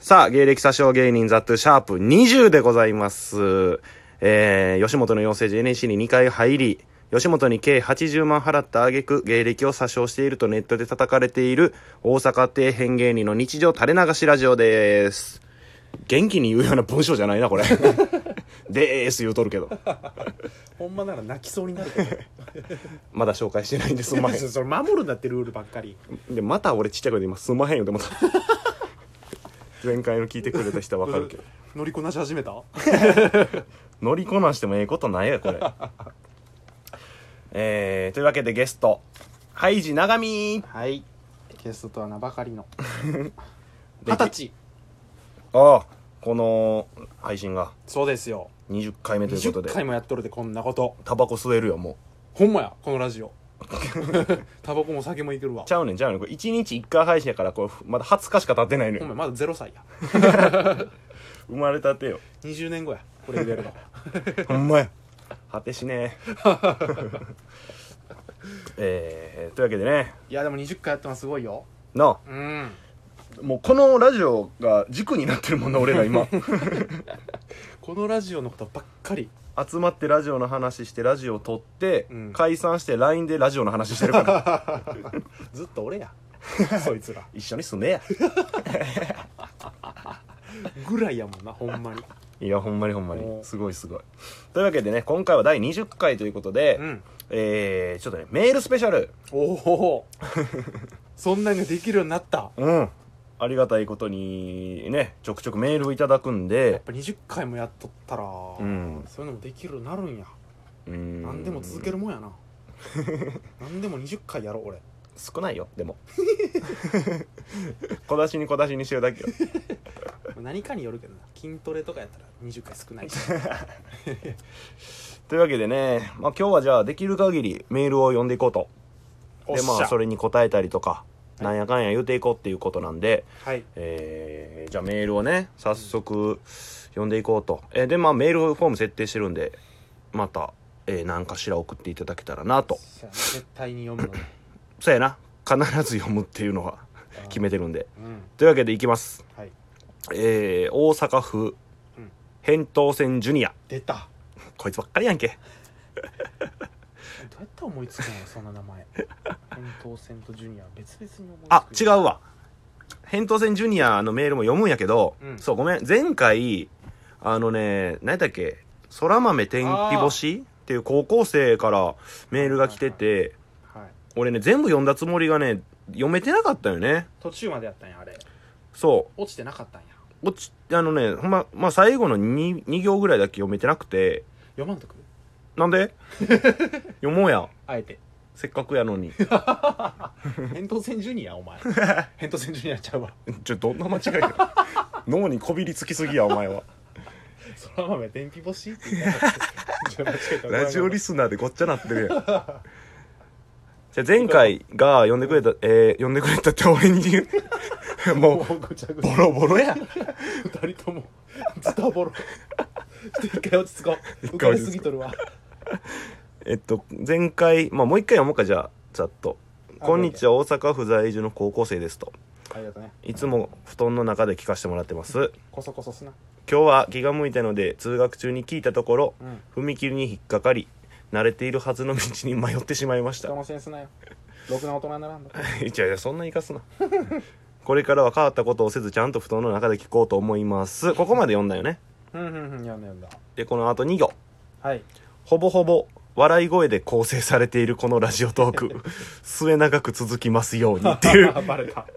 さあ、芸歴詐称芸人ザットゥシャープ20でございます。吉本の養成所 NSC に2回入り、吉本に計80万払った挙句、芸歴を詐称しているとネットで叩かれている大阪底辺芸人の日常垂れ流しラジオです。元気に言うような文章じゃないな、これ。でーす言うとるけど。 ほんまなら泣きそうになるけど。 まだ紹介してないんですんまへん。 それ守るんだってルールばっかり。 でまた俺ちっちゃい声で今すんまへんよでも前回の聞いてくれた人は分かるけど乗りこなし始めた乗りこなしてもええことないやこれというわけでゲストハイジ長見。 はい、ゲストとは名ばかりの20歳。 ああ、この配信がそうですよ、 20回目ということで 20回もやっとるでこんなこと。 タバコ吸えるよもう。 ほんまや、このラジオタバコも酒もいけるわ。 ちゃうねんこれ1日1回配信やからこれまだ20日しか経ってないのよ。 ほんまや、まだ0歳や生まれたてよ。 20年後やこれ言えるのほんまや果てしねえというわけでね、 いやでも20回やったのはすごいよ。 なうん、 あもうこのラジオが軸になってるもんな俺ら今このラジオのことばっかり集まってラジオの話してラジオ撮って、 うん、 解散して LINE でラジオの話してるからずっと俺やそいつら一緒に住めやぐらいやもんな、ほんまに。 いやほんまにすごいというわけでね、今回は第20回ということで、 うん、 ちょっとねメールスペシャル。 おおそんなにできるようになった。 うん、ありがたいことにねちょくちょくメールをいただくんやっで、 ぱ20回もやっとったら、 うん、 そういうのもできるようになるんや。 何でも続けるもんやな何でも20回やろう俺。 少ないよでも小出しにしてるだけよ何かによるけどな、筋トレとかやったら20回少ないしというわけでね、まあ、今日はじゃあできる限りメールを読んでいこうと。でまあそれに答えたりとか、なんやかんや言うていこうっていうことなんで、 はい、 じゃあメールをね早速読んでいこうと。でまあメールフォーム設定してるんでまた、何かしら送っていただけたらなと。 絶対に読むのねそうやな、必ず読むっていうのは決めてるんで、 うん、 というわけでいきます。 はい、 大阪府、扁桃腺ジュニア。 出た。 こいつばっかりやんけどうやって思いつくのそんな名前扁桃腺とジュニア別々に思いつく。 あ、違うわ、扁桃腺ジュニアのメールも読むんやけど、 うん、そうごめん、前回何だっけ、空豆天日干しっていう高校生からメールが来てて、 はい、 俺ね全部読んだつもりがね読めてなかったよね。 途中までやったんやあれ。 そう落ちてなかったんや。 ほんま最後の 2行ぐらいだけ読めてなくて。 読まんとくなんで読もうや、 あえてせっかくやのに扁桃腺ジュニアお前扁桃腺ジュニアちゃうわどんな間違いだ脳にこびりつきすぎやお前は空豆天日干しって言ったらラジオリスナーでごっちゃなってるやん。じゃあ前回が読んでくれたって俺に言うもうぐちゃぐちゃボロボロや二人ともズタボロ一回落ち着こう。浮かれすぎとるわ前回もう一回読もうか。じゃあざっと。こんにちは、大阪府在住の高校生ですと。 ありがとうね。 いつも布団の中で聞かせてもらってます。 こそこそすな。 今日は気が向いたので通学中に聞いたところ、踏切に引っかかり慣れているはずの道に迷ってしまいました。 人のセンスなよ、ろくな大人にならんだいやそんな言いかすなこれからは変わったことをせずちゃんと布団の中で聞こうと思います。ここまで読んだよね。 読んだでこの後2行、 はい、 ほぼほぼ笑い声で構成されているこのラジオトーク末永く続きますようにっていうバレた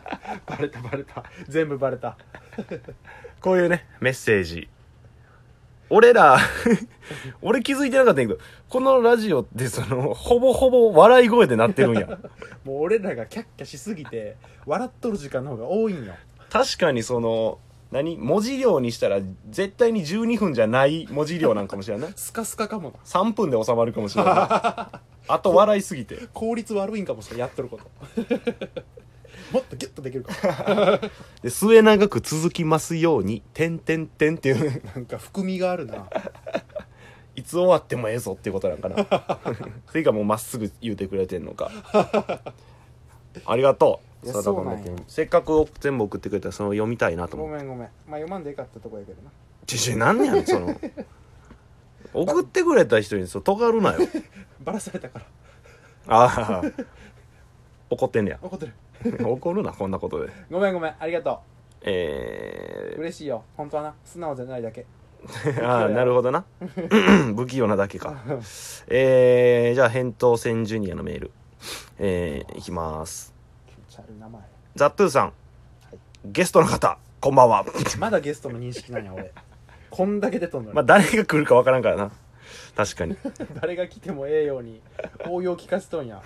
全部バレたこういうねメッセージ。俺気づいてなかったんやけど、このラジオってほぼほぼ笑い声でなってるんやもう俺らがキャッキャしすぎて笑っとる時間の方が多いんよ。 確かに文字量にしたら絶対に12分じゃない文字量なんかもしれないスカスカかもな。 3分で収まるかもしれないあと笑いすぎて効率悪いんかもしれん、やっとることもっとギュッとできるかで末永く続きますようにてんてんてんっていうなんか含みがあるないつ終わってもええぞっていうことなんかなそれかもうまっすぐ言うてくれてんのかありがといや貞子のそうなんやせっかく全部送ってくれたらその読みたいなと思う。 ごめんごめん、まあ読まんでよかったとこやけどな。 なんやねんその送ってくれた人にそう尖るなよ。 バラされたからああ怒ってんねや。 怒ってる。 怒るなこんなことで。 ごめんごめん、ありがとう。嬉しいよ本当はな、素直じゃないだけ。 ああなるほどな不器用なだけか。じゃあ扁桃腺ジュニアのメールいきます。 気持ち悪い名前。 ザットゥーさん、ゲストの方こんばんは。 まだゲストの認識なんや俺。こんだけ出とんのに、 まあ誰が来るかわからんからな。確かに誰が来てもええように応用聞かせとんや。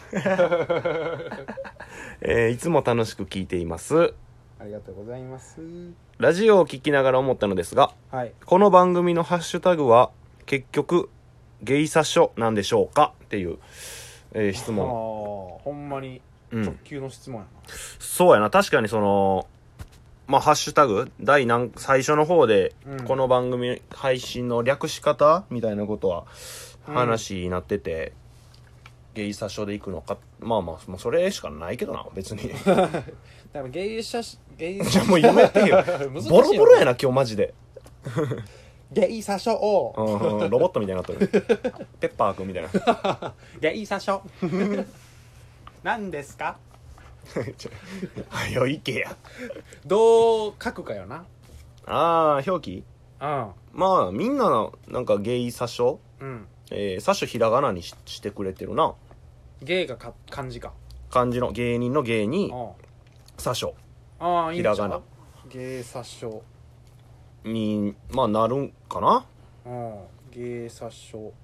いつも楽しく聞いています。 ありがとうございます。 ラジオを聞きながら思ったのですが、 はい。 この番組のハッシュタグは結局ゲイサ書なんでしょうかっていう、質問。 ほんまに直球の質問やな。 そうやな。確かにそのまあハッシュタグ最初の方で、この番組配信の略し方みたいなことは話になってて、ゲイサ書で行くのか、まあまあもうそれしかないけどな別に。 多分ゲイじゃあもうやめてよ。ボロボロやな今日マジで。 ゲイサショをロボットみたいになってる。ペッパーくんみたいな。 ゲイサショ何ですか。 はよ行けや。 どう書くかよな。 ああ表記。 うんまあみんなのなんかゲイサ書、サ書ひらがなにしてくれてるな。 ゲイが漢字か。 漢字の芸人の芸にサ書ひらがなゲイサショにまあなるんかな。 ゲイサショ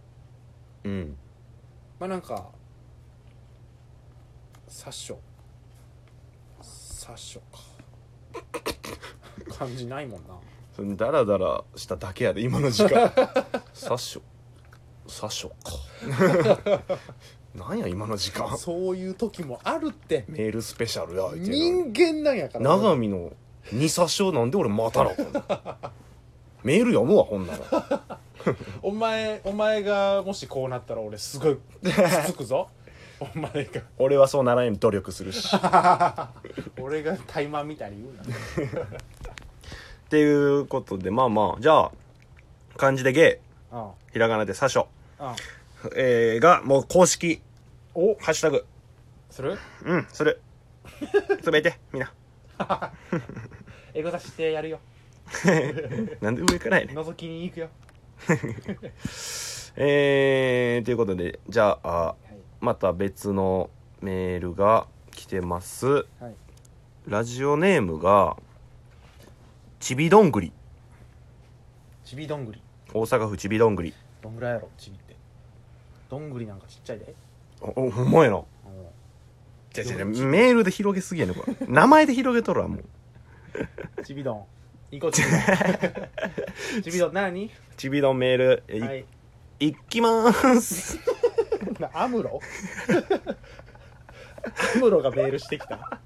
まあなんかサショか漢字ないもんな。 ダラダラしただけやで今の時間。サショか。なんや今の時間。 そういう時もあるって。 メールスペシャルや人間なんやから。 長見の2サショなんで俺待たなあかん。メール読むわほんなら。 お前がもしこうなったら俺すごいつつくぞ。お前が。 俺はそうならんように努力するし。 俺がタイマンみたいに言うな。 っていうことでまあまあじゃあ漢字でゲイ、ひらがなでサショ、がもう公式ハッシュタグする？ する。つぶやいてみんな。 エゴ出してやるよ。 なんで上からやねん。 覗きに行くよ。 ということでじゃあ、また別のメールが来てます、ラジオネームがちびどんぐり。 ちびどんぐり。 大阪府ちびどんぐり。 どんぐらいやろちびって。どんぐりなんかちっちゃいで。 ほんまやな。じゃメールで広げすぎやねこれ。名前で広げとるわもう。 ちびどん行こう。ちびどんちびどん何？ ちびどんメールいきまーす。 アムロアムロがメールしてきた。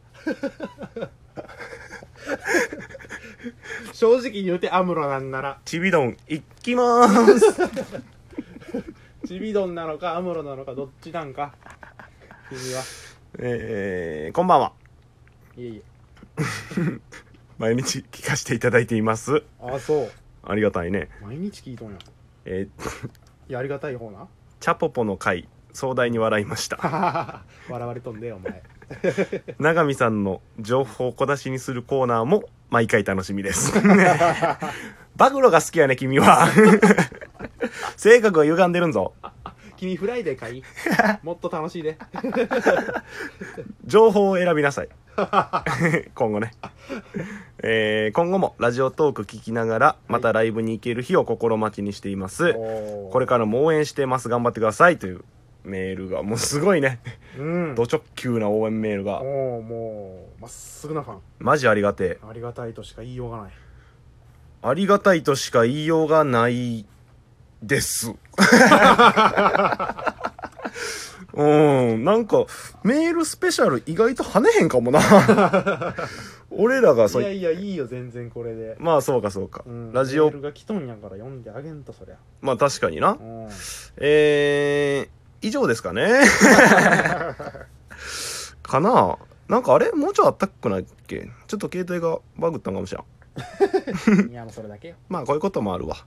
正直に言うてアムロなんならちびどんいきまーす。 ちびどんなのかアムロなのかどっちなんか君は。 こんばんは。 いえいえ。 毎日聞かせていただいています。 あ、そう。 ありがたいね。 毎日聞いとんや。いやありがたい方な。 チャポポの回壮大に笑いました。 笑われとんでお前。 永見さんの情報を小出しにするコーナーも毎回楽しみです。暴露が好きやね君は。性格は歪んでるんぞ。 君フライデーかい。もっと楽しいで。 情報を選びなさい。今後ね、今後もラジオトーク聞きながらまたライブに行ける日を心待ちにしています、これからも応援してます、頑張ってくださいというメールがもうすごいね、ド直球な応援メールがもうまっすぐなファン。 マジありがてえ。 ありがたいとしか言いようがない。 ありがたいとしか言いようがないです。なんかメールスペシャル意外と跳ねへんかもな。俺らがいやいやいいよ全然これで。 まあそうか、ラジオメールが来とんやから読んであげんとそりゃ。 まあ確かにな。以上ですかね。かな。 なんかあれもうちょいあったくないっけ？ちょっと携帯がバグったんかもしれん。 いやもうそれだけよ。 まあこういうこともあるわ。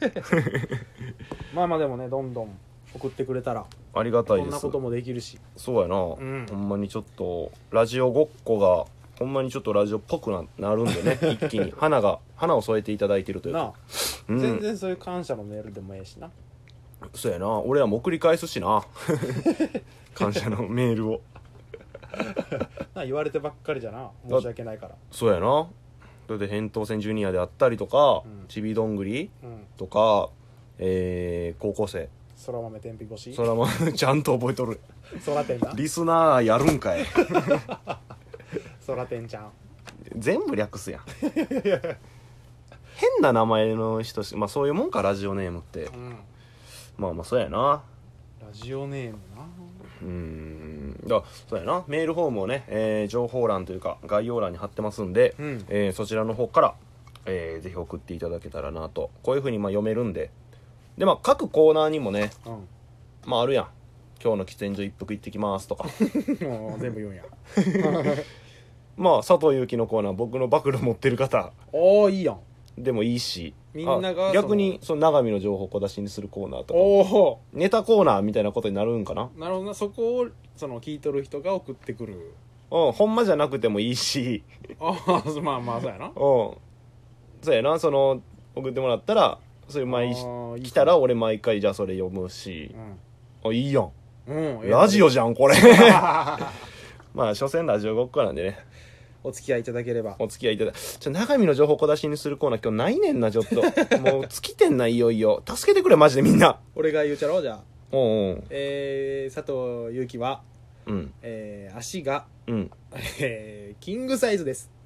まあまあでもね、どんどん送ってくれたらありがたいです。 こんなこともできるし。 そうやな、 んほんまにちょっとラジオごっこがほんまにちょっとラジオっぽくなるんでね一気に花を添えていただいてるというかなあ、 うん全然そういう感謝のメールでもええしな。 そうやな、俺らも送り返すしな感謝のメールを。 なあ、言われてばっかりじゃな、申し訳ないから。 そうやな、それで扁桃腺ジュニアであったりとか、 うんちびどんぐりうん。 とか、高校生そら豆天日干し。 それもちゃんと覚えとる。 そらてんな。 リスナーやるんかい。 そらてんちゃん。 全部略すやん。変な名前の人まあそういうもんか、ラジオネームってうん。 まあまあそうやな。 ラジオネームな。 そうやな、メールフォームをね、情報欄というか概要欄に貼ってますんで、 うんそちらの方から、ぜひ送っていただけたらなと。こういう風にまあ読めるんで、でまあ各コーナーにもね、 うんまああるやん、今日の喫煙所一服行ってきますとかもう全部言うんや。 まあ佐藤祐樹のコーナー、僕の暴露持ってる方おーいいやん。 でもいいし、 みんなが逆にその長見の情報を小出しにするコーナーとか、 おお、 ネタコーナーみたいなことになるんかな。 なるほどな。そこをその聞いとる人が送ってくる。 ほんまじゃなくてもいいし、 ああ、まあまあそうやな。 そうやな、その送ってもらったらそれ来たら俺毎回じゃあそれ読むし、いいやん、ラジオじゃんこれ。まあ所詮ラジオごっこなんでね、 お付き合いいただければ。 お付き合いいただ長見の情報小出しにするコーナー今日ないねんな、ちょっともう尽きてんな、いよいよ助けてくれマジでみんな。 俺が言うちゃろう、じゃあ。 うん佐藤祐樹は、 うん足が、 うんキングサイズです。